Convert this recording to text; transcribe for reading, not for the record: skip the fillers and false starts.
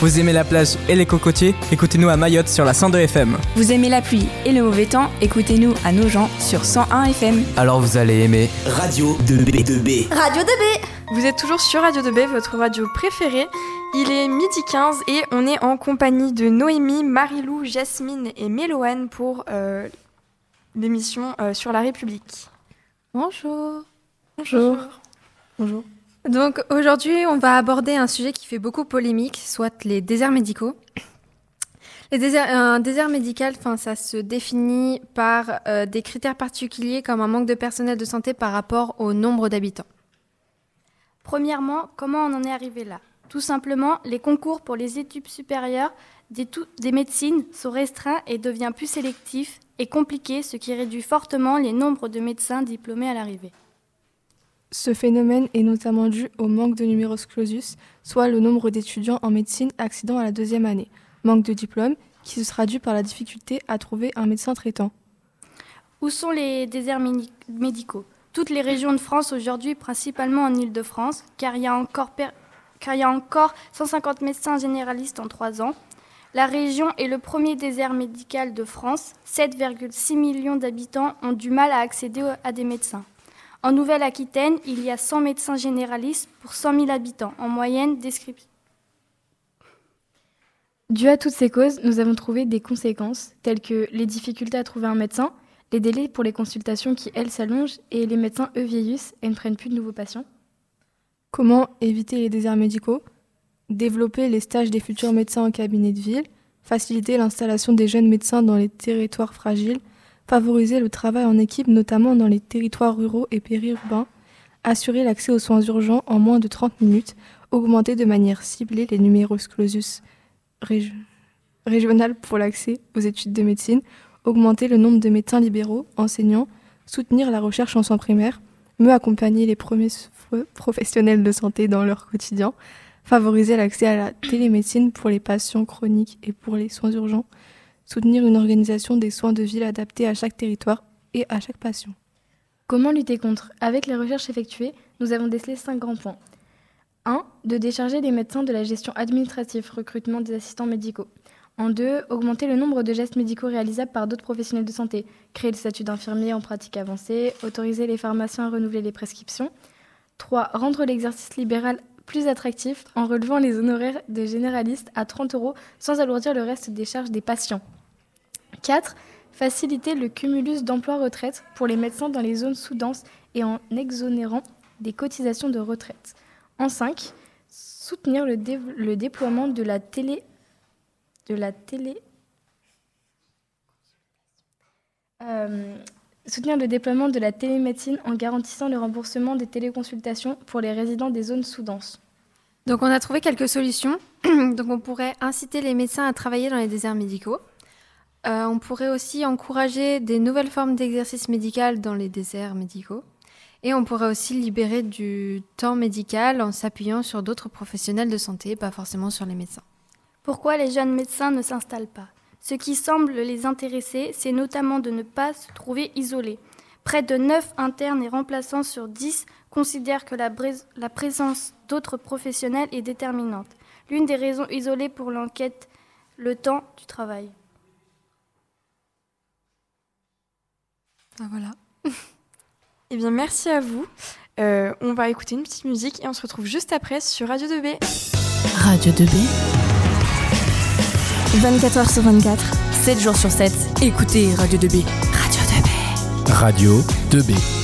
Vous aimez la plage et les cocotiers? Écoutez-nous à Mayotte sur la 102 FM. Vous aimez la pluie et le mauvais temps? Écoutez-nous à Nogent sur 101 FM. Alors vous allez aimer Radio 2B. Radio 2B. Vous êtes toujours sur Radio 2B, votre radio préférée. Il est 12h15 et on est en compagnie de Noémie, Marilou, Jasmine et Méloane pour l'émission sur la République. Bonjour. Donc aujourd'hui, on va aborder un sujet qui fait beaucoup polémique, soit les déserts médicaux. Un désert médical, ça se définit par des critères particuliers comme un manque de personnel de santé par rapport au nombre d'habitants. Premièrement, comment on en est arrivé là? Tout simplement, les concours pour les études supérieures des médecines sont restreints et deviennent plus sélectifs et compliqués, ce qui réduit fortement les nombres de médecins diplômés à l'arrivée. Ce phénomène est notamment dû au manque de numerus clausus, soit le nombre d'étudiants en médecine accédant à la 2e année, manque de diplôme qui se traduit par la difficulté à trouver un médecin traitant. Où sont les déserts médicaux? Toutes les régions de France aujourd'hui, principalement en Île-de-France, car il y a encore 150 médecins généralistes en 3 ans. La région est le premier désert médical de France. 7,6 millions d'habitants ont du mal à accéder à des médecins. En Nouvelle-Aquitaine, il y a 100 médecins généralistes pour 100 000 habitants. En moyenne, description. Dû à toutes ces causes, nous avons trouvé des conséquences, telles que les difficultés à trouver un médecin, les délais pour les consultations qui, elles, s'allongent, et les médecins, eux, vieillissent et ne prennent plus de nouveaux patients. Comment éviter les déserts médicaux? Développer les stages des futurs médecins en cabinet de ville, faciliter l'installation des jeunes médecins dans les territoires fragiles, favoriser le travail en équipe, notamment dans les territoires ruraux et périurbains, assurer l'accès aux soins urgents en moins de 30 minutes, augmenter de manière ciblée les numerus clausus régionales pour l'accès aux études de médecine, augmenter le nombre de médecins libéraux, enseignants, soutenir la recherche en soins primaires, mieux accompagner les premiers professionnels de santé dans leur quotidien, favoriser l'accès à la télémédecine pour les patients chroniques et pour les soins urgents, soutenir une organisation des soins de ville adaptés à chaque territoire et à chaque patient. Comment lutter contre? Avec les recherches effectuées, nous avons décelé 5 grands points. 1. De décharger les médecins de la gestion administrative, recrutement des assistants médicaux. En 2. Augmenter le nombre de gestes médicaux réalisables par d'autres professionnels de santé. Créer le statut d'infirmier en pratique avancée. Autoriser les pharmaciens à renouveler les prescriptions. 3. Rendre l'exercice libéral plus attractif en relevant les honoraires des généralistes à 30 € sans alourdir le reste des charges des patients. 4. Faciliter le cumulus d'emploi-retraite pour les médecins dans les zones sous-denses et en exonérant des cotisations de retraite. En 5. Soutenir le déploiement de la télémédecine en garantissant le remboursement des téléconsultations pour les résidents des zones sous-denses. Donc on a trouvé quelques solutions. Donc on pourrait inciter les médecins à travailler dans les déserts médicaux. On pourrait aussi encourager des nouvelles formes d'exercice médical dans les déserts médicaux. Et on pourrait aussi libérer du temps médical en s'appuyant sur d'autres professionnels de santé, pas forcément sur les médecins. Pourquoi les jeunes médecins ne s'installent pas? Ce qui semble les intéresser, c'est notamment de ne pas se trouver isolés. Près de 9 internes et remplaçants sur 10 considèrent que la présence d'autres professionnels est déterminante. L'une des raisons isolées pour l'enquête, le temps du travail. Voilà. Eh bien, merci à vous. On va écouter une petite musique et on se retrouve juste après sur Radio 2B. Radio 2B. 24h sur 24. 7 jours sur 7. Écoutez Radio 2B. Radio 2B. Radio 2B.